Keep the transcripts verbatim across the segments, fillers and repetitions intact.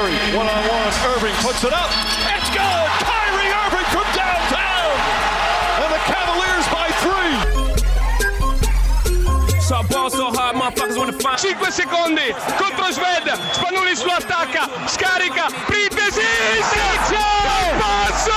Curry, one-on-one, Irving puts it up, it's good! Kyrie Irving from downtown! And the Cavaliers by three! So ball so hard, motherfuckers wanna find. cinque secondi contro Sved, Spanulis lo attacca, scarica, Printesi, Sezio, passo,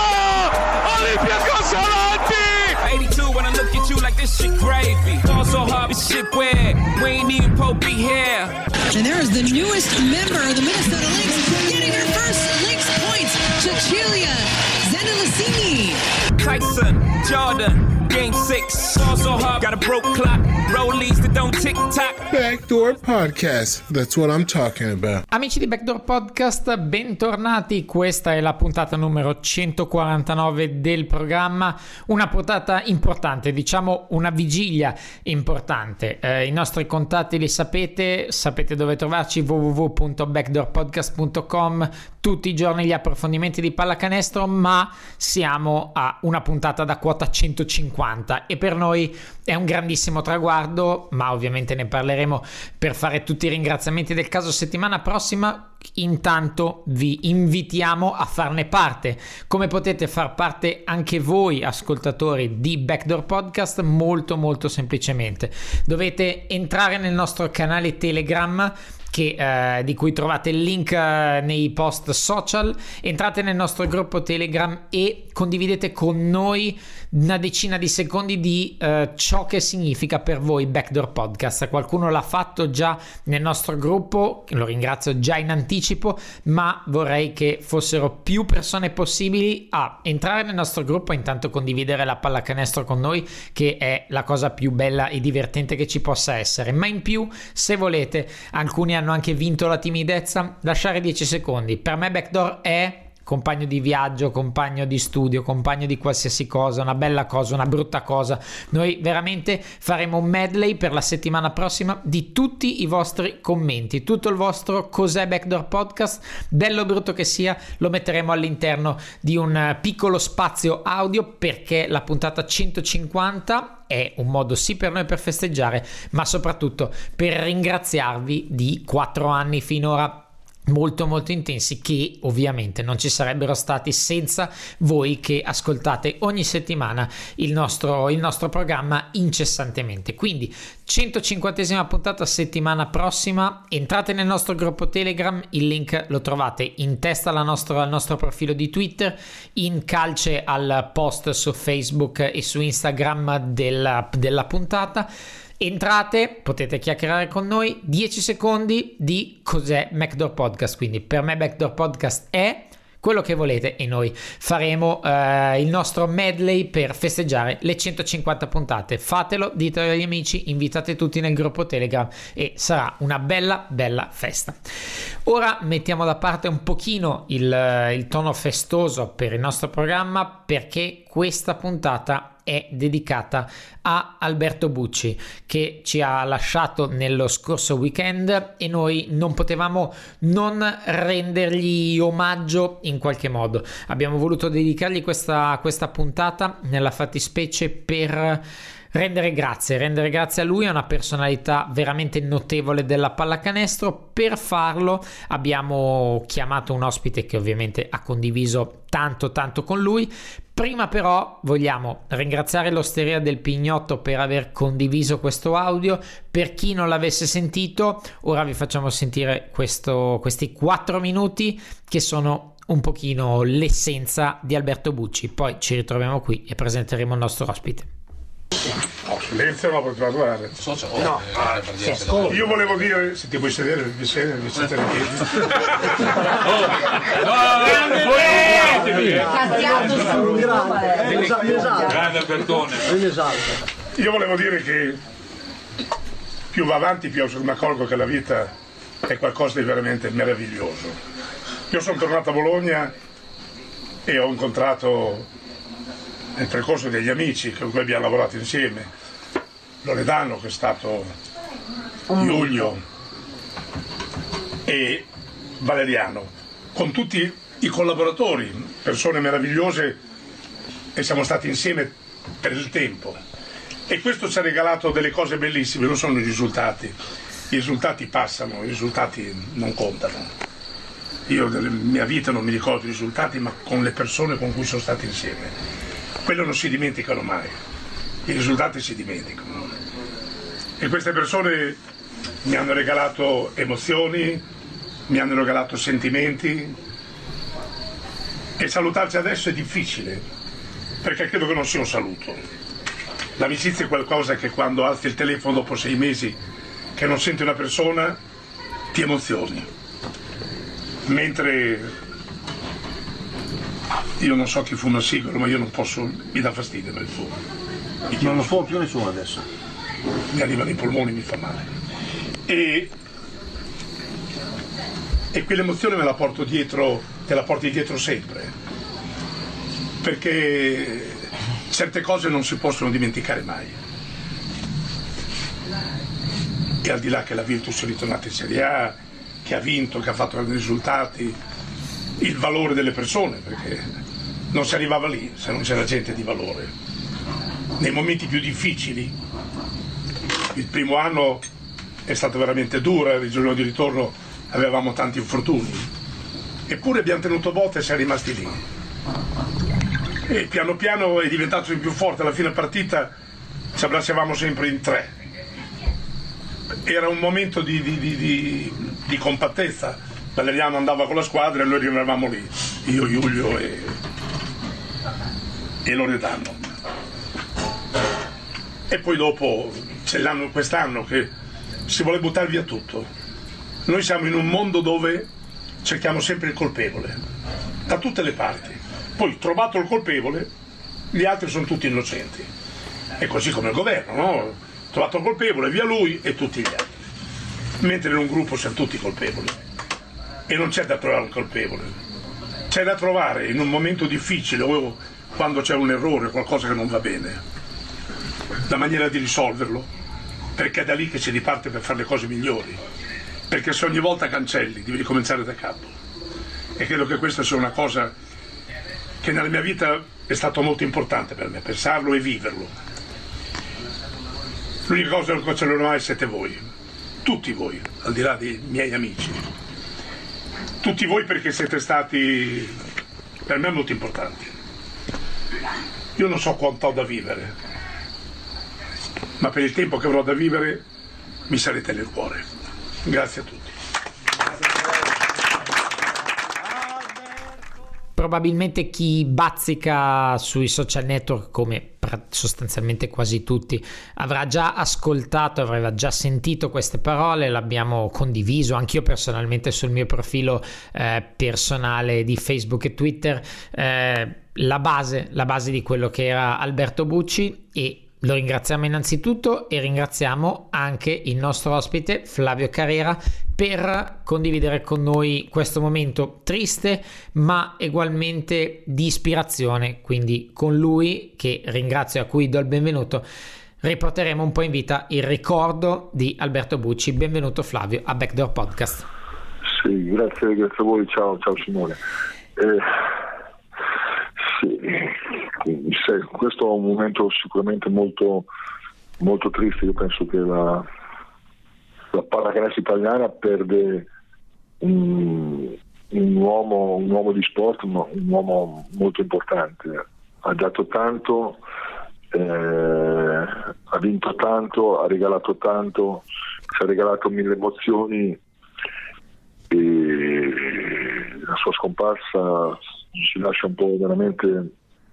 Olympiacos avanti! eighty-two when I look at you like this shit gravy. Ball so hard, this shit weird. We ain't even Pope be here. And there is the newest member of the Minnesota Lynx getting her first Lynx points, Cecilia Zendelicini. Tyson, Jordan, game six. Ball so hard, got a broke clock. Rollies that don't tick tock. Backdoor Podcast, that's what I'm talking about. Amici di Backdoor Podcast, bentornati. Questa è la puntata numero centoquarantanove del programma. Una puntata importante, diciamo una vigilia importante. Eh, I nostri contatti li sapete, sapete dove trovarci: w w w punto backdoor podcast punto com. Tutti i giorni gli approfondimenti di pallacanestro, ma siamo a una puntata da quota centocinquanta e per noi è un grandissimo traguardo, ma ovviamente ne parleremo per fare tutti i ringraziamenti del caso settimana prossima. Intanto vi invitiamo a farne parte. Come potete far parte anche voi, ascoltatori di Backdoor Podcast? Molto molto semplicemente dovete entrare nel nostro canale Telegram, che, eh, di cui trovate il link eh, nei post social. Entrate nel nostro gruppo Telegram e condividete con noi una decina di secondi di eh, ciò che significa per voi Backdoor Podcast. Qualcuno l'ha fatto già nel nostro gruppo, lo ringrazio già in anticipo, ma vorrei che fossero più persone possibili a entrare nel nostro gruppo e intanto condividere la pallacanestro con noi, che è la cosa più bella e divertente che ci possa essere. Ma in più, se volete, alcuni hanno anche vinto la timidezza, lasciare dieci secondi. Per me Backdoor è compagno di viaggio, compagno di studio, compagno di qualsiasi cosa, una bella cosa, una brutta cosa. Noi veramente faremo un medley per la settimana prossima di tutti i vostri commenti, tutto il vostro cos'è Backdoor Podcast, bello o brutto che sia, lo metteremo all'interno di un piccolo spazio audio, perché la puntata centocinquanta è un modo sì per noi per festeggiare, ma soprattutto per ringraziarvi di quattro anni finora molto molto intensi, che ovviamente non ci sarebbero stati senza voi che ascoltate ogni settimana il nostro, il nostro programma incessantemente. Quindi centocinquantesima puntata settimana prossima. Entrate nel nostro gruppo Telegram, il link lo trovate in testa alla nostro, al nostro profilo di Twitter, in calce al post su Facebook e su Instagram della, della puntata. Entrate, potete chiacchierare con noi. Dieci secondi di cos'è Backdoor Podcast. Quindi per me Backdoor Podcast è quello che volete e noi faremo eh, il nostro medley per festeggiare le centocinquanta puntate. Fatelo, ditelo agli amici, invitate tutti nel gruppo Telegram e sarà una bella bella festa. Ora mettiamo da parte un pochino il, il tono festoso per il nostro programma, perché questa puntata è dedicata a Alberto Bucci, che ci ha lasciato nello scorso weekend e noi non potevamo non rendergli omaggio in qualche modo. Abbiamo voluto dedicargli questa, questa puntata nella fattispecie per rendere grazie, rendere grazie a lui, è una personalità veramente notevole della pallacanestro. Per farlo abbiamo chiamato un ospite che ovviamente ha condiviso tanto tanto con lui. Prima però vogliamo ringraziare l'Osteria del Pignotto per aver condiviso questo audio. Per chi non l'avesse sentito, ora vi facciamo sentire questo, questi quattro minuti che sono un pochino l'essenza di Alberto Bucci. Poi ci ritroviamo qui e presenteremo il nostro ospite. No, silenzio no, perché guardare. No, ah, io volevo dire, se ti puoi sedere, devi sedere, devi sedere in piedi. Grande Albertone. Io volevo dire che più va avanti più mi accorgo che la vita è qualcosa di veramente meraviglioso. Io sono tornato a Bologna e ho incontrato nel percorso degli amici con cui abbiamo lavorato insieme, Loredano, che è stato Giulio, e Valeriano, con tutti i collaboratori, persone meravigliose, e siamo stati insieme per il tempo. E questo ci ha regalato delle cose bellissime, non sono i risultati. I risultati passano, i risultati non contano. io della mia vita non mi ricordo i risultati, ma con le persone con cui sono stato insieme. Quello non si dimenticano mai, i risultati si dimenticano. E queste persone mi hanno regalato emozioni, mi hanno regalato sentimenti, e salutarci adesso è difficile, perché credo che non sia un saluto. L'amicizia è qualcosa che quando alzi il telefono dopo sei mesi che non senti una persona ti emozioni, mentre io non so chi fuma il sigaro, ma io non posso, mi dà fastidio per il fumo. Non lo fumo più nessuno adesso. Mi arrivano i polmoni, mi fa male. E, e quell'emozione me la porto dietro, te la porti dietro sempre, perché certe cose non si possono dimenticare mai. E al di là che la Virtus è ritornata in Serie A, che ha vinto, che ha fatto grandi risultati, il valore delle persone, perché non si arrivava lì se non c'era gente di valore. Nei momenti più difficili, il primo anno è stato veramente duro, il giorno di ritorno avevamo tanti infortuni, eppure abbiamo tenuto botta e siamo rimasti lì. E piano piano è diventato sempre più forte, alla fine partita ci abbracciavamo sempre in tre. Era un momento di, di, di, di, di compattezza. Valeriano andava con la squadra e noi rimanevamo lì, io, Giulio e, e Loredano. E poi dopo c'è l'anno, quest'anno che si vuole buttare via tutto. Noi siamo in un mondo dove cerchiamo sempre il colpevole, da tutte le parti. Poi trovato il colpevole, gli altri sono tutti innocenti. È così come il governo, no? Trovato il colpevole, via lui e tutti gli altri. Mentre in un gruppo siamo tutti colpevoli. E non c'è da trovare un colpevole. C'è da trovare in un momento difficile o quando c'è un errore, qualcosa che non va bene, la maniera di risolverlo, perché è da lì che si riparte per fare le cose migliori. Perché se ogni volta cancelli, devi ricominciare da capo. E credo che questa sia una cosa che nella mia vita è stato molto importante per me, pensarlo e viverlo. L'unica cosa che non ce l'ho mai siete voi, tutti voi, al di là dei miei amici. Tutti voi, perché siete stati per me molto importanti. Io non so quanto ho da vivere, ma per il tempo che avrò da vivere mi sarete nel cuore. Grazie a tutti. Probabilmente chi bazzica sui social network, come sostanzialmente quasi tutti, avrà già ascoltato, aveva già sentito queste parole, l'abbiamo condiviso anch'io personalmente sul mio profilo eh, personale di Facebook e Twitter, eh, la base, la base di quello che era Alberto Bucci, e lo ringraziamo innanzitutto e ringraziamo anche il nostro ospite Flavio Carrera per condividere con noi questo momento triste ma ugualmente di ispirazione. Quindi con lui, che ringrazio e a cui do il benvenuto, riporteremo un po' in vita il ricordo di Alberto Bucci. Benvenuto Flavio a Backdoor Podcast. Sì, grazie, grazie a voi, ciao, ciao Simone. Eh, sì, sì, questo è un momento sicuramente molto, molto triste. Io penso che la, la pallacanestro italiana perde un, un, uomo, un uomo di sport, ma un uomo molto importante. Ha dato tanto, eh, ha vinto tanto, ha regalato tanto, ci ha regalato mille emozioni, e la sua scomparsa ci lascia un po' veramente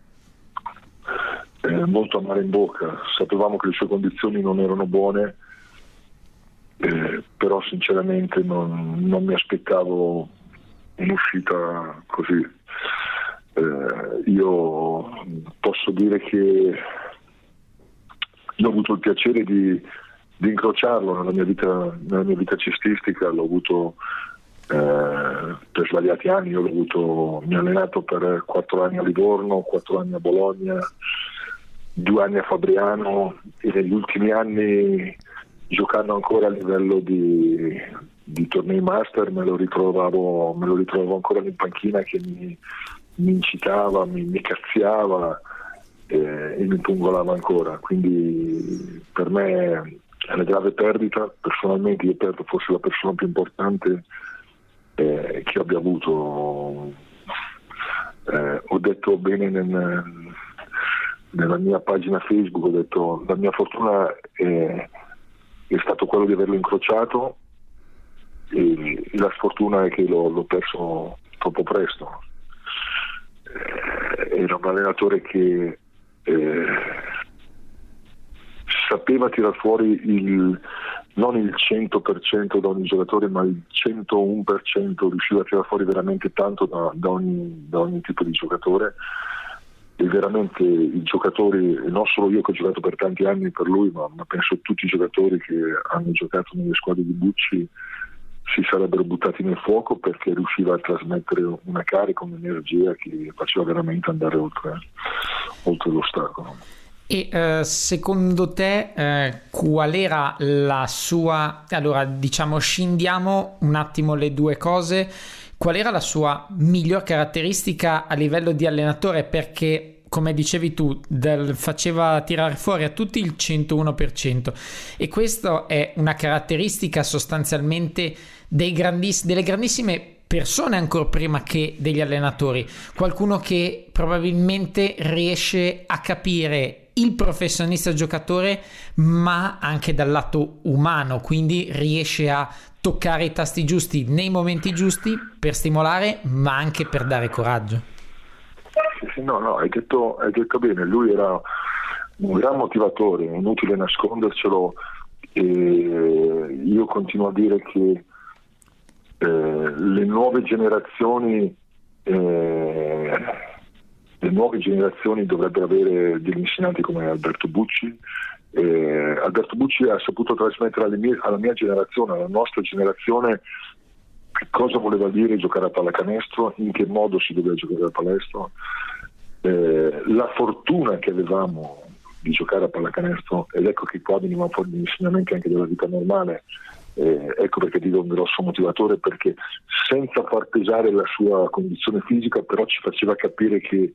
eh, molto amaro in bocca. Sapevamo che le sue condizioni non erano buone, eh, però sinceramente non, non mi aspettavo un'uscita così. Eh, io posso dire che io ho avuto il piacere di, di incrociarlo nella mia vita, nella mia vita cestistica. L'ho avuto Eh, per svariati anni. Io l'ho avuto, mi ho allenato per quattro anni a Livorno, quattro anni a Bologna, due anni a Fabriano, e negli ultimi anni, giocando ancora a livello di, di tornei master, me lo ritrovavo me lo ritrovavo ancora in panchina, che mi, mi incitava, mi, mi cazziava eh, e mi pungolava ancora. Quindi per me è una grave perdita. Personalmente io perdo forse la persona più importante eh, che abbia avuto. Eh, ho detto bene nel, nella mia pagina Facebook, ho detto la mia fortuna è, è stato quello di averlo incrociato, e la sfortuna è che l'ho, l'ho perso troppo presto. Eh, era un allenatore che eh, sapeva tirar fuori il, non il cento per cento da ogni giocatore, ma il centouno per cento, riusciva a tirare fuori veramente tanto da, da, ogni, da ogni tipo di giocatore. E veramente i giocatori, non solo io che ho giocato per tanti anni per lui, ma, ma penso tutti i giocatori che hanno giocato nelle squadre di Bucci si sarebbero buttati nel fuoco, perché riusciva a trasmettere una carica, un'energia che faceva veramente andare oltre, oltre l'ostacolo. E eh, secondo te eh, qual era la sua, allora diciamo scindiamo un attimo le due cose, qual era la sua miglior caratteristica a livello di allenatore? Perché come dicevi tu, del, faceva tirare fuori a tutti il centouno per cento, e questa è una caratteristica sostanzialmente dei grandiss- delle grandissime persone, ancora prima che degli allenatori, qualcuno che probabilmente riesce a capire il professionista giocatore, ma anche dal lato umano, quindi riesce a toccare i tasti giusti nei momenti giusti per stimolare, ma anche per dare coraggio. Sì, sì, no, no, hai detto, hai detto bene, lui era un gran motivatore, è inutile nascondercelo, e io continuo a dire che eh, le nuove generazioni eh, le nuove generazioni dovrebbero avere degli insegnanti come Alberto Bucci. Eh, Alberto Bucci ha saputo trasmettere alle mie, alla mia generazione, alla nostra generazione, cosa voleva dire giocare a pallacanestro, in che modo si doveva giocare a palestro, eh, la fortuna che avevamo di giocare a pallacanestro, ed ecco che qua venivano fuori gli insegnamenti anche della vita normale. Eh, ecco perché dico un grosso motivatore, perché senza far pesare la sua condizione fisica, però ci faceva capire che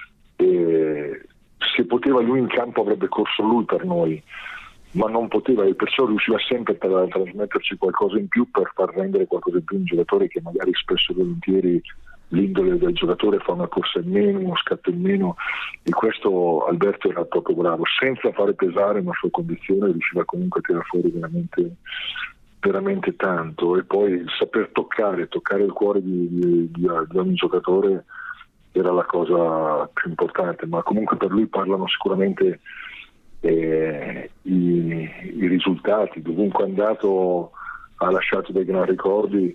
eh, se poteva lui in campo avrebbe corso lui per noi, ma non poteva, e perciò riusciva sempre a trasmetterci qualcosa in più, per far rendere qualcosa in più un giocatore che magari spesso e volentieri l'indole del giocatore fa una corsa in meno, uno scatto in meno, e questo Alberto era proprio bravo, senza fare pesare una sua condizione riusciva comunque a tirare fuori veramente veramente tanto. E poi il saper toccare toccare il cuore di, di, di, di ogni giocatore era la cosa più importante, ma comunque per lui parlano sicuramente eh, i, i risultati. Dovunque è andato ha lasciato dei gran ricordi,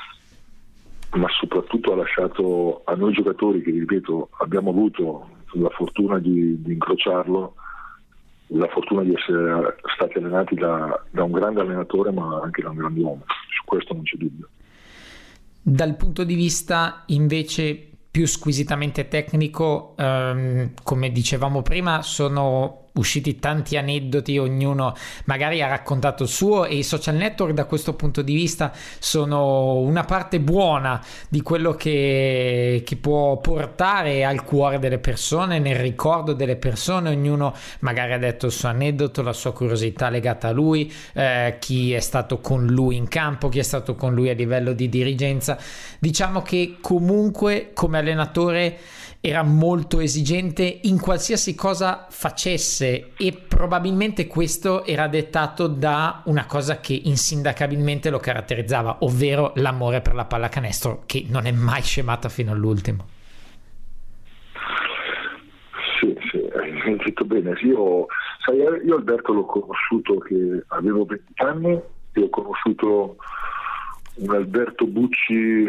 ma soprattutto ha lasciato a noi giocatori, che ripeto abbiamo avuto la fortuna di, di incrociarlo, la fortuna di essere stati allenati da, da un grande allenatore, ma anche da un grande uomo, su questo non c'è dubbio. Dal punto di vista invece più squisitamente tecnico, ehm, come dicevamo prima, sono usciti tanti aneddoti, ognuno magari ha raccontato il suo, e i social network da questo punto di vista sono una parte buona di quello che, che può portare al cuore delle persone, nel ricordo delle persone. Ognuno magari ha detto il suo aneddoto, la sua curiosità legata a lui, eh, chi è stato con lui in campo, chi è stato con lui a livello di dirigenza. Diciamo che comunque come allenatore era molto esigente in qualsiasi cosa facesse, e probabilmente questo era dettato da una cosa che insindacabilmente lo caratterizzava, ovvero l'amore per la pallacanestro, che non è mai scemata fino all'ultimo. Sì, sì, hai detto bene. Io, sai, io Alberto l'ho conosciuto che avevo venti anni, e ho conosciuto un Alberto Bucci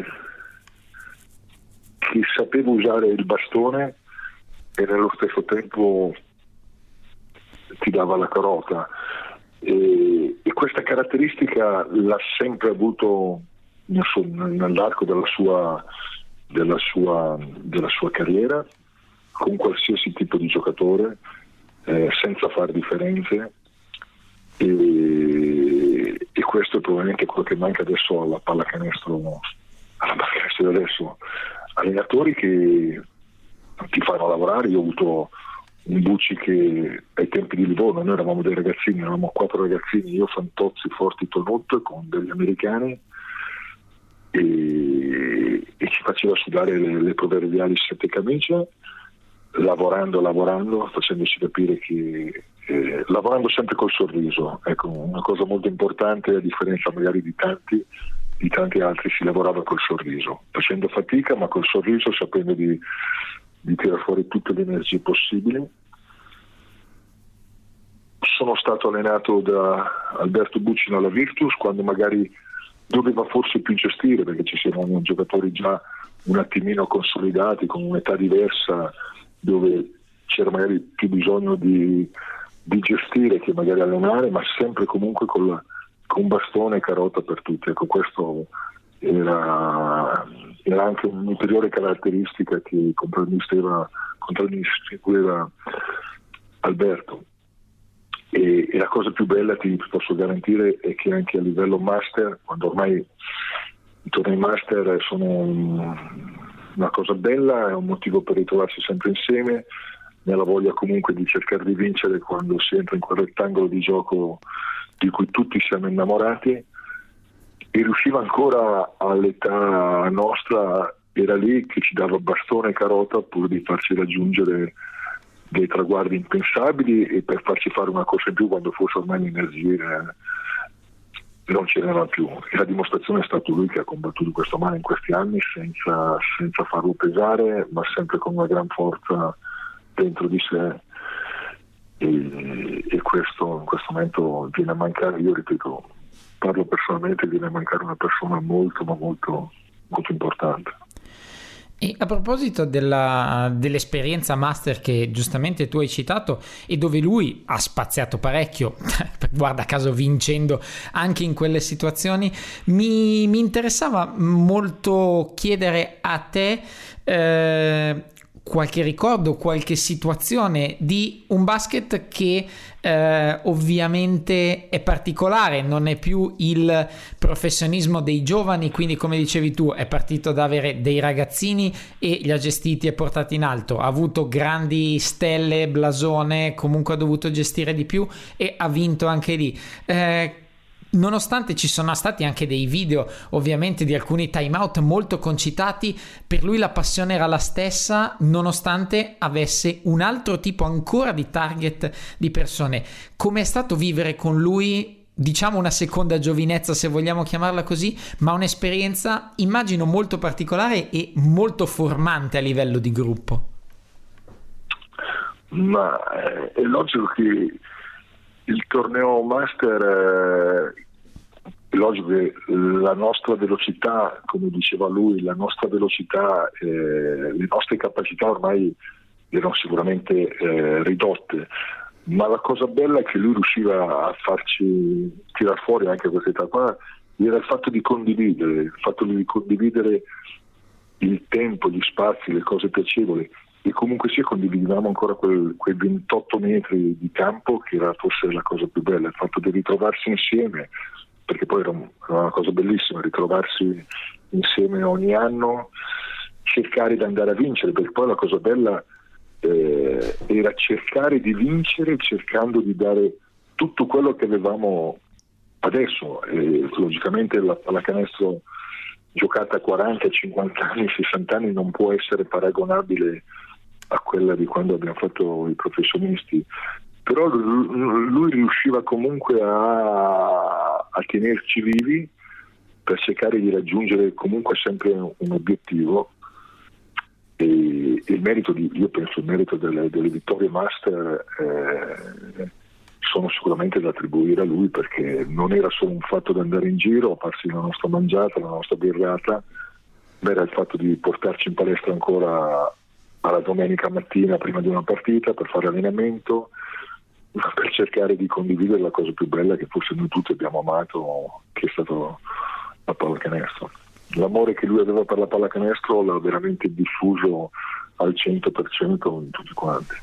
che sapeva usare il bastone e nello stesso tempo ti dava la carota, e, e questa caratteristica l'ha sempre avuto nell'arco della sua, della sua, della sua carriera, con qualsiasi tipo di giocatore, eh, senza fare differenze, e, e questo è probabilmente quello che manca adesso alla pallacanestro, alla pallacanestro di adesso. Allenatori che ti fanno lavorare. Io ho avuto un Bucci che ai tempi di Livorno, noi eravamo dei ragazzini, eravamo quattro ragazzini, io, Fantozzi, Forti, Tonut, con degli americani, e, e ci faceva sudare le, le proverbiali sette camicie, lavorando, lavorando, facendoci capire che eh, lavorando sempre col sorriso, ecco, una cosa molto importante, a differenza magari di tanti di tanti altri, si lavorava col sorriso, facendo fatica ma col sorriso, sapendo di, di tirare fuori tutte le energie possibili. Sono stato allenato da Alberto Buccino alla Virtus, quando magari doveva forse più gestire, perché ci c'erano giocatori già un attimino consolidati, con un'età diversa, dove c'era magari più bisogno di, di gestire che magari allenare, ma sempre comunque con, la, con bastone e carota per tutti. Ecco, questo era, era anche un'ulteriore caratteristica che contraddistingueva, contraddistingueva Alberto. E, e la cosa più bella, ti posso garantire, è che anche a livello master, quando ormai i tornei master sono una cosa bella, è un motivo per ritrovarsi sempre insieme, nella voglia comunque di cercare di vincere quando si entra in quel rettangolo di gioco di cui tutti siamo innamorati, e riusciva ancora all'età nostra, era lì che ci dava bastone e carota pur di farci raggiungere dei traguardi impensabili e per farci fare una corsa in più quando forse ormai le energie non c'erano più. E la dimostrazione è stato lui che ha combattuto questo male in questi anni senza, senza farlo pesare, ma sempre con una gran forza dentro di sé, e, e questo in questo momento viene a mancare. Io ripeto, parlo personalmente, viene a mancare una persona molto ma molto molto importante. E a proposito della, dell'esperienza master che giustamente tu hai citato, e dove lui ha spaziato parecchio, guarda caso vincendo anche in quelle situazioni, mi, mi interessava molto chiedere a te eh, qualche ricordo, qualche situazione di un basket che eh, ovviamente è particolare, non è più il professionismo dei giovani, quindi come dicevi tu è partito da avere dei ragazzini e li ha gestiti e portati in alto, ha avuto grandi stelle, blasone, comunque ha dovuto gestire di più e ha vinto anche lì. Eh, Nonostante ci sono stati anche dei video ovviamente di alcuni time out molto concitati, per lui la passione era la stessa nonostante avesse un altro tipo ancora di target di persone. Come è stato vivere con lui, diciamo una seconda giovinezza se vogliamo chiamarla così, ma un'esperienza immagino molto particolare e molto formante a livello di gruppo? Ma è logico che il torneo master, è logico che la nostra velocità, come diceva lui, la nostra velocità, eh, le nostre capacità ormai erano sicuramente eh, ridotte, ma la cosa bella è che lui riusciva a farci tirar fuori anche questa età qua, era il fatto di condividere, il fatto di condividere il tempo, gli spazi, le cose piacevoli. E comunque sia condividevamo ancora quel, quei ventotto metri di campo, che era forse la cosa più bella, il fatto di ritrovarsi insieme, perché poi era, un, era una cosa bellissima ritrovarsi insieme ogni anno, cercare di andare a vincere, perché poi la cosa bella eh, era cercare di vincere cercando di dare tutto quello che avevamo adesso. E logicamente la pallacanestro giocata a quaranta, cinquanta anni, sessanta anni non può essere paragonabile a quella di quando abbiamo fatto i professionisti, però lui riusciva comunque a, a tenerci vivi per cercare di raggiungere comunque sempre un obiettivo, e, e il merito di, io penso il merito delle, delle vittorie master eh, sono sicuramente da attribuire a lui, perché non era solo un fatto di andare in giro a farsi la nostra mangiata, la nostra birrata, ma era il fatto di portarci in palestra ancora alla domenica mattina prima di una partita per fare allenamento, per cercare di condividere la cosa più bella che forse noi tutti abbiamo amato, che è stato la pallacanestro. L'amore che lui aveva per la pallacanestro l'ha veramente diffuso al cento per cento in tutti quanti.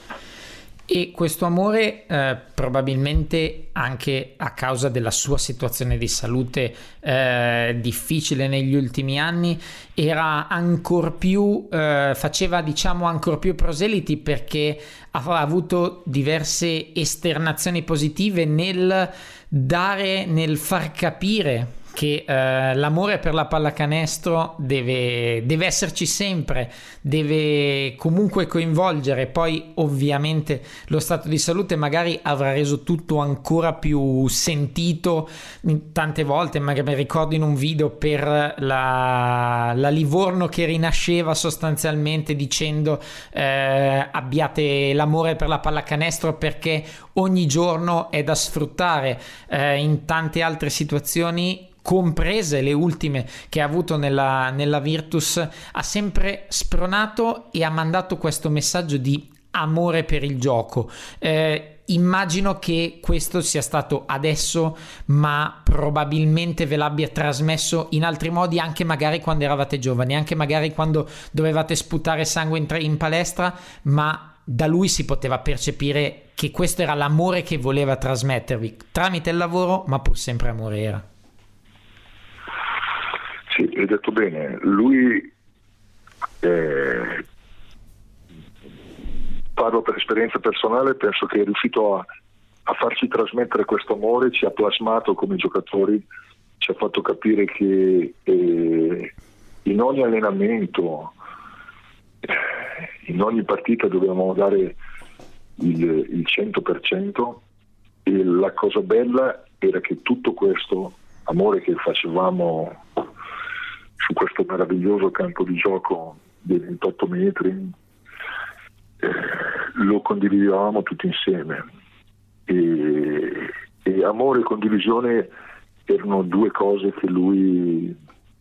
E questo amore eh, probabilmente anche a causa della sua situazione di salute eh, difficile negli ultimi anni era ancor più eh, faceva diciamo ancor più proseliti, perché ha avuto diverse esternazioni positive nel dare, nel far capire che eh, l'amore per la pallacanestro deve, deve esserci sempre, deve comunque coinvolgere. Poi ovviamente lo stato di salute magari avrà reso tutto ancora più sentito tante volte. Magari mi ricordo in un video per la, la Livorno che rinasceva sostanzialmente dicendo eh, abbiate l'amore per la pallacanestro perché ogni giorno è da sfruttare. Eh, in tante altre situazioni, comprese le ultime che ha avuto nella, nella Virtus, ha sempre spronato e ha mandato questo messaggio di amore per il gioco. Eh, immagino che questo sia stato adesso, ma probabilmente ve l'abbia trasmesso in altri modi anche magari quando eravate giovani, anche magari quando dovevate sputare sangue in, in palestra, ma da lui si poteva percepire che questo era l'amore che voleva trasmettervi tramite il lavoro, ma pur sempre amore era. Sì, hai detto bene. Lui, eh, parlo per esperienza personale, penso che è riuscito a, a farci trasmettere questo amore, ci ha plasmato come giocatori, ci ha fatto capire che eh, in ogni allenamento, in ogni partita dovevamo dare il, il cento per cento, e la cosa bella era che tutto questo amore che facevamo su questo meraviglioso campo di gioco dei ventotto metri eh, lo condividevamo tutti insieme, e, e amore e condivisione erano due cose che lui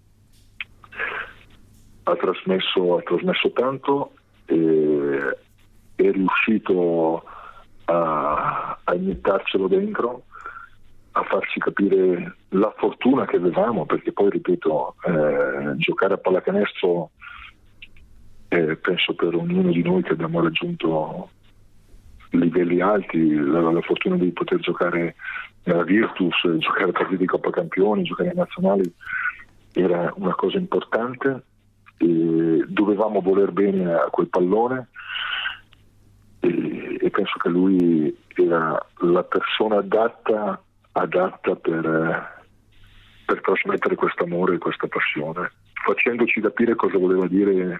ha trasmesso, ha trasmesso tanto, e è riuscito a, a iniettarcelo dentro, a farci capire la fortuna che avevamo, perché poi, ripeto, eh, giocare a pallacanestro, eh, penso per ognuno di noi che abbiamo raggiunto livelli alti, la, la fortuna di poter giocare nella Virtus, giocare a partite di Coppa Campioni, giocare ai nazionali, era una cosa importante. E dovevamo voler bene a quel pallone, e, e penso che lui era la persona adatta adatta per, per trasmettere questo amore e questa passione, facendoci capire cosa voleva dire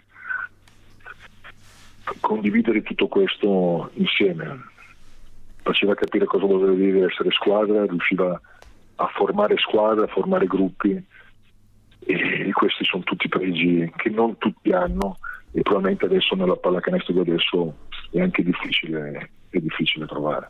condividere tutto questo insieme. Faceva capire cosa voleva dire essere squadra, riusciva a formare squadra, a formare gruppi, e questi sono tutti pregi che non tutti hanno, e probabilmente adesso nella pallacanestro di adesso è anche difficile, è difficile trovare.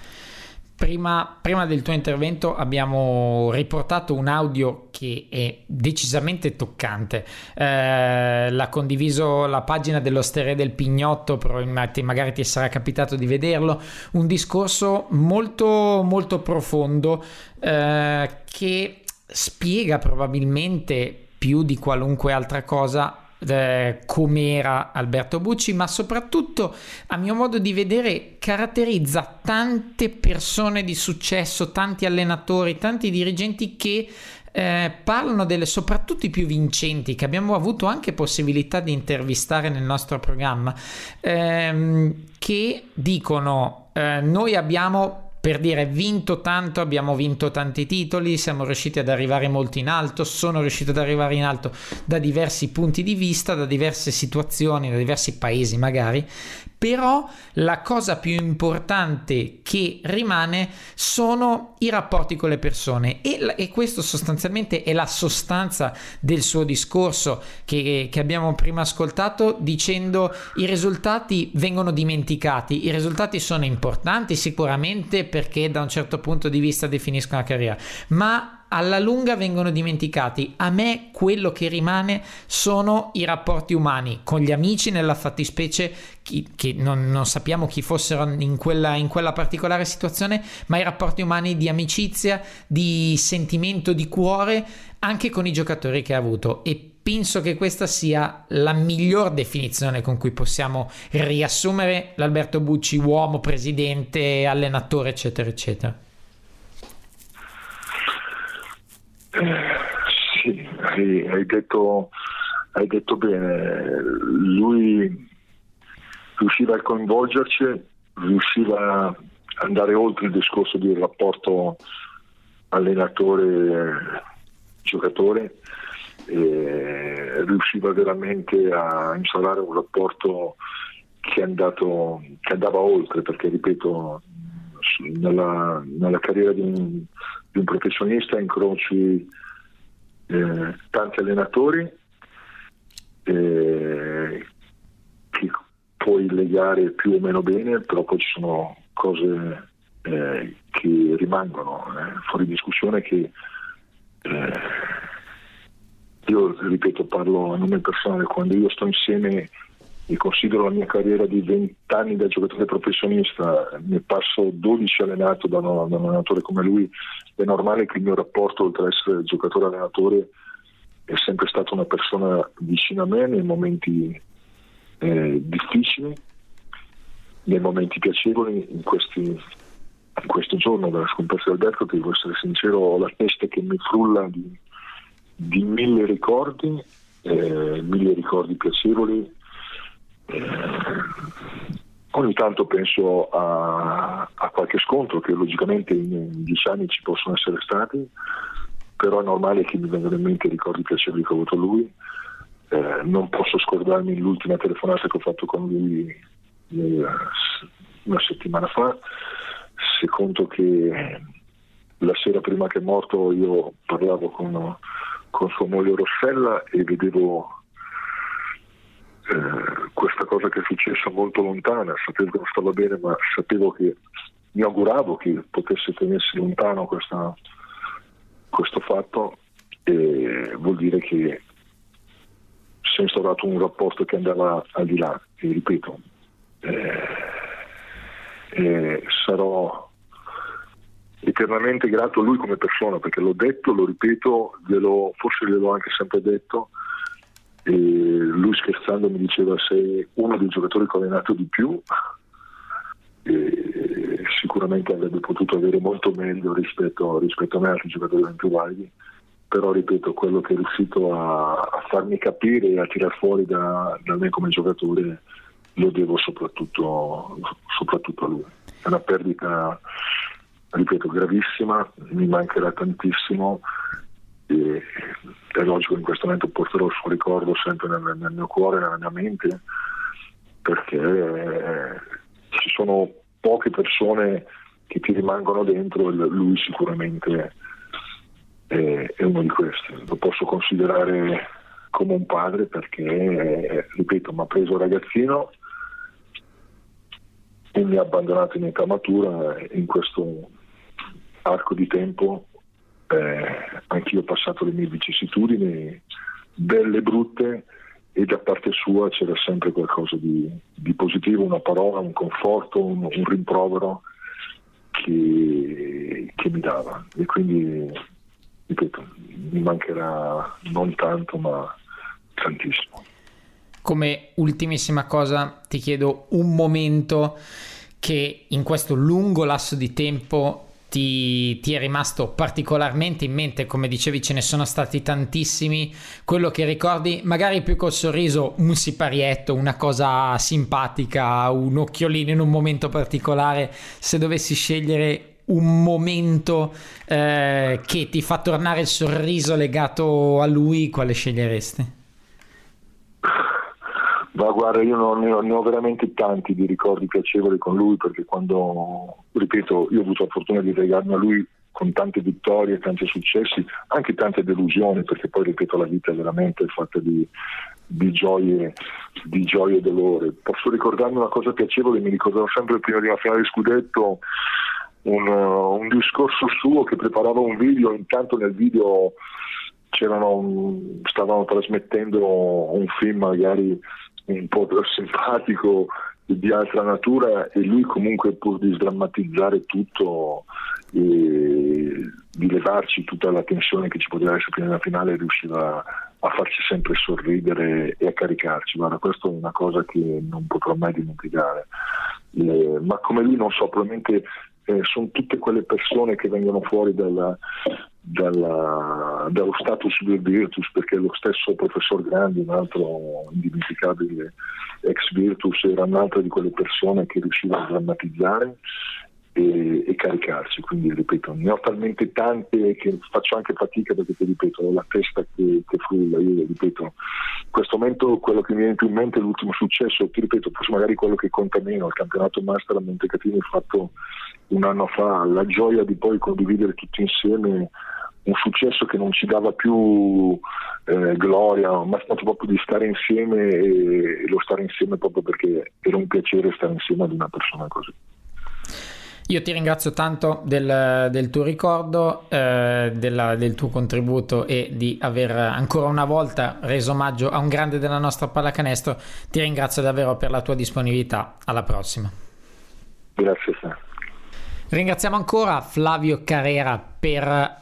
Prima, prima del tuo intervento abbiamo riportato un audio che è decisamente toccante. Eh, l'ha condiviso la pagina dell'Osteria del Pignotto, probabilmente magari ti sarà capitato di vederlo. Un discorso molto molto profondo eh, che spiega probabilmente più di qualunque altra cosa Eh, come era Alberto Bucci, ma soprattutto, a mio modo di vedere, caratterizza tante persone di successo, tanti allenatori, tanti dirigenti che eh, parlano delle, soprattutto i più vincenti, che abbiamo avuto anche possibilità di intervistare nel nostro programma, ehm, che dicono eh, noi abbiamo, per dire, vinto tanto, abbiamo vinto tanti titoli, siamo riusciti ad arrivare molto in alto, sono riuscito ad arrivare in alto da diversi punti di vista, da diverse situazioni, da diversi paesi magari, però la cosa più importante che rimane sono i rapporti con le persone, e, e questo sostanzialmente è la sostanza del suo discorso che, che abbiamo prima ascoltato, dicendo i risultati vengono dimenticati, i risultati sono importanti sicuramente perché da un certo punto di vista definiscono la carriera, ma alla lunga vengono dimenticati. A me quello che rimane sono i rapporti umani con gli amici, nella fattispecie chi, che non, non sappiamo chi fossero in quella, in quella particolare situazione, ma i rapporti umani di amicizia, di sentimento, di cuore, anche con i giocatori che ha avuto, e penso che questa sia la miglior definizione con cui possiamo riassumere l'Alberto Bucci, uomo, presidente, allenatore, eccetera eccetera. Eh, sì, hai, hai detto hai detto bene. Lui riusciva a coinvolgerci, riusciva ad andare oltre il discorso del rapporto allenatore giocatore, e riusciva veramente a instaurare un rapporto che, è andato, che andava oltre, perché ripeto, nella, nella carriera di un, di un professionista incroci eh, tanti allenatori eh, che puoi legare più o meno bene, però poi ci sono cose eh, che rimangono eh, fuori discussione, che eh, io ripeto, parlo a nome personale, quando io sto insieme e considero la mia carriera di venti anni da giocatore professionista, ne passo dodici allenato da, uno, da un allenatore come lui, è normale che il mio rapporto, oltre ad essere giocatore-allenatore, è sempre stata una persona vicina a me nei momenti eh, difficili, nei momenti piacevoli. In, questi, in questo giorno della scomparsa di Alberto, che devo essere sincero, ho la testa che mi frulla di, di mille ricordi, eh, mille ricordi piacevoli. Eh, ogni tanto penso a, a qualche scontro che logicamente in, in dieci anni ci possono essere stati, però è normale che mi vengano in mente i ricordi piacevoli che ho avuto lui. Eh, non posso scordarmi l'ultima telefonata che ho fatto con lui eh, una settimana fa. Secondo che la sera prima che è morto io parlavo con, con sua moglie Rossella e vedevo Eh, questa cosa che è successa molto lontana. Sapevo che non stava bene, ma sapevo che mi auguravo che potesse tenersi lontano questa, questo fatto, e vuol dire che si è instaurato un rapporto che andava al di là, e ripeto eh, eh, sarò eternamente grato a lui come persona, perché l'ho detto, lo ripeto, glielo, forse gliel'ho anche sempre detto. E lui scherzando mi diceva: sei uno dei giocatori che ho allenato di più, e sicuramente avrebbe potuto avere molto meglio rispetto, rispetto a me, altri giocatori più validi, però ripeto, quello che è riuscito a, a farmi capire e a tirar fuori da, da me come giocatore lo devo soprattutto, soprattutto a lui. È una perdita, ripeto, gravissima, mi mancherà tantissimo. E è logico che in questo momento porterò il suo ricordo sempre nel, nel mio cuore, nella mia mente, perché eh, ci sono poche persone che ti rimangono dentro, e lui sicuramente è, è uno di questi. Lo posso considerare come un padre, perché eh, ripeto, mi ha preso ragazzino e mi ha abbandonato in età matura. In questo arco di tempo Eh, anch'io ho passato le mie vicissitudini, belle e brutte, e da parte sua c'era sempre qualcosa di, di positivo, una parola, un conforto, un, un rimprovero che, che mi dava, e quindi ripeto, mi mancherà non tanto ma tantissimo. Come ultimissima cosa ti chiedo un momento che in questo lungo lasso di tempo Ti, ti è rimasto particolarmente in mente. Come dicevi, ce ne sono stati tantissimi. Quello che ricordi magari più col sorriso, un siparietto, una cosa simpatica, un occhiolino in un momento particolare. Se dovessi scegliere un momento eh, che ti fa tornare il sorriso legato a lui, quale sceglieresti? Ma guarda, io ne ho, ne ho veramente tanti di ricordi piacevoli con lui, perché quando, ripeto, io ho avuto la fortuna di legarmi a lui con tante vittorie, tanti successi, anche tante delusioni, perché poi, ripeto, la vita è veramente fatta di, di gioie, di gioie e dolore. Posso ricordarmi una cosa piacevole, mi ricorderò sempre prima di una finale di scudetto, un, un discorso suo che preparava un video, intanto nel video c'erano un, stavano trasmettendo un film magari un po' simpatico di altra natura, e lui comunque, pur di sdrammatizzare tutto e di levarci tutta la tensione che ci poteva essere prima della finale, riusciva a farci sempre sorridere e a caricarci. Guarda, questa è una cosa che non potrò mai dimenticare. Eh, ma come lui, non so, probabilmente eh, sono tutte quelle persone che vengono fuori dalla, dalla, dallo status del Virtus, perché lo stesso professor Grandi, un altro indimenticabile ex Virtus, era un'altra di quelle persone che riusciva a drammatizzare e, e caricarsi. Quindi ripeto, ne ho talmente tante che faccio anche fatica, perché ti ripeto, ho la testa che, che frulla. Io ripeto, in questo momento quello che mi viene più in mente è l'ultimo successo, ti ripeto, forse magari quello che conta meno, il campionato Master a Montecatini fatto un anno fa, la gioia di poi condividere tutti insieme un successo che non ci dava più eh, gloria, ma è stato proprio di stare insieme, e, e lo stare insieme proprio perché era un piacere stare insieme ad una persona così. Io ti ringrazio tanto del, del tuo ricordo, eh, della, del tuo contributo e di aver ancora una volta reso omaggio a un grande della nostra pallacanestro. Ti ringrazio davvero per la tua disponibilità. Alla prossima. Grazie a te. Ringraziamo ancora Flavio Carrera per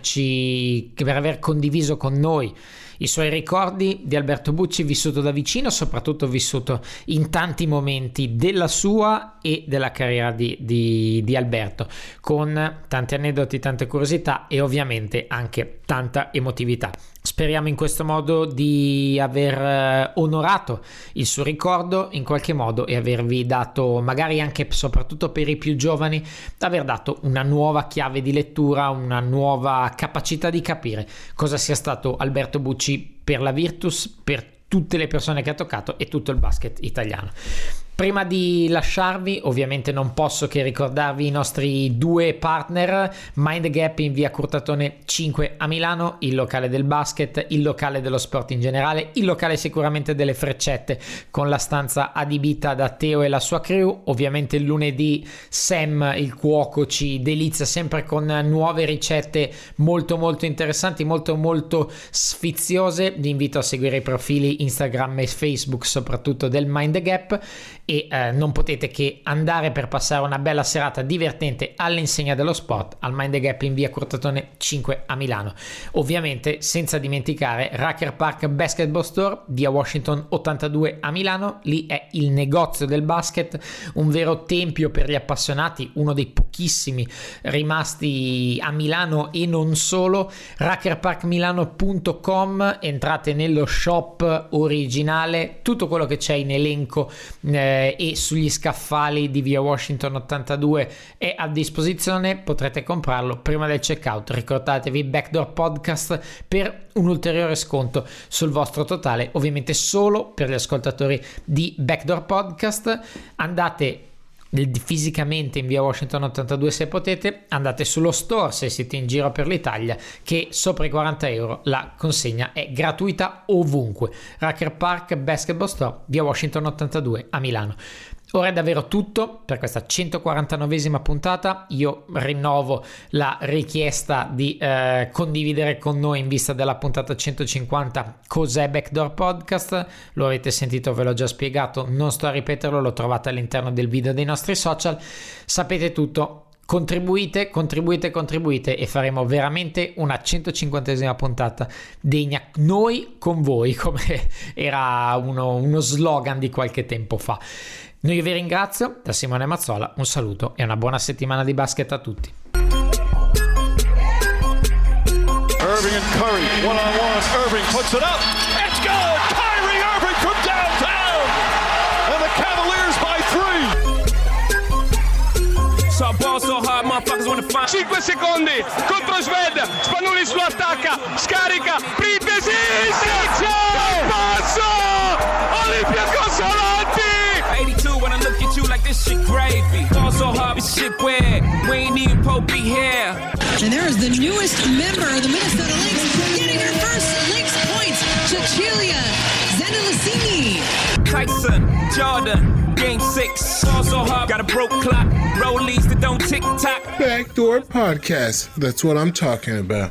averci per aver condiviso con noi i suoi ricordi di Alberto Bucci, vissuto da vicino, soprattutto vissuto in tanti momenti della sua e della carriera di, di, di Alberto, con tanti aneddoti, tante curiosità e ovviamente anche tanta emotività. Speriamo in questo modo di aver onorato il suo ricordo in qualche modo e avervi dato, magari anche soprattutto per i più giovani, aver dato una nuova chiave di lettura, una nuova capacità di capire cosa sia stato Alberto Bucci per la Virtus, per tutte le persone che ha toccato e tutto il basket italiano. Prima di lasciarvi, ovviamente non posso che ricordarvi i nostri due partner: Mind the Gap in via Curtatone cinque a Milano, il locale del basket, il locale dello sport in generale, il locale sicuramente delle freccette con la stanza adibita da Teo e la sua crew. Ovviamente il lunedì Sam, il cuoco, ci delizia sempre con nuove ricette molto molto interessanti, molto molto sfiziose. Vi invito a seguire i profili Instagram e Facebook soprattutto del Mind the Gap, e eh, non potete che andare per passare una bella serata divertente all'insegna dello sport al Mind the Gap in via Curtatone cinque a Milano. Ovviamente senza dimenticare Rucker Park Basketball Store via Washington ottantadue a Milano. Lì è il negozio del basket, un vero tempio per gli appassionati, uno dei pochissimi rimasti a Milano e non solo. rucker park milano punto com, entrate nello shop originale, tutto quello che c'è in elenco eh, e sugli scaffali di via Washington ottantadue è a disposizione, potrete comprarlo prima del checkout. Ricordatevi Backdoor Podcast per un ulteriore sconto sul vostro totale, ovviamente solo per gli ascoltatori di Backdoor Podcast. Andate fisicamente in via Washington ottantadue se potete, andate sullo store se siete in giro per l'Italia, che sopra i quaranta euro la consegna è gratuita ovunque. Rucker Park Basketball Store via Washington ottantadue a Milano. Ora è davvero tutto per questa centoquarantanovesima puntata. Io rinnovo la richiesta di eh, condividere con noi, in vista della puntata centocinquanta, cos'è Backdoor Podcast. Lo avete sentito, ve l'ho già spiegato, non sto a ripeterlo, lo trovate all'interno del video dei nostri social. Sapete tutto. Contribuite, contribuite, contribuite e faremo veramente una centocinquantesima puntata degna noi con voi, come era uno, uno slogan di qualche tempo fa. Noi vi ringrazio, da Simone Mazzola un saluto e una buona settimana di basket a tutti. Irving and Curry, one on one. Irving puts it up. It's good. Kyrie Irving from downtown, and the Cavaliers by three. So I ball so hard, motherfuckers wanna find. cinque secondi contro Sved, Spanulis lo attacca, scarica, Printesi, passo, Olympiacos avanti. eighty-two when I look at you like this shit gravy. Ball so hard, this shit weird. We ain't even Pope be here. And there is the newest member of the Minnesota Lynx getting her first Lynx points, Cecilia Zendelicini. Tyson, Jordan, game six. Ball so hard, got a broke clock. Rollies that don't tick tock. Backdoor Podcast. That's what I'm talking about.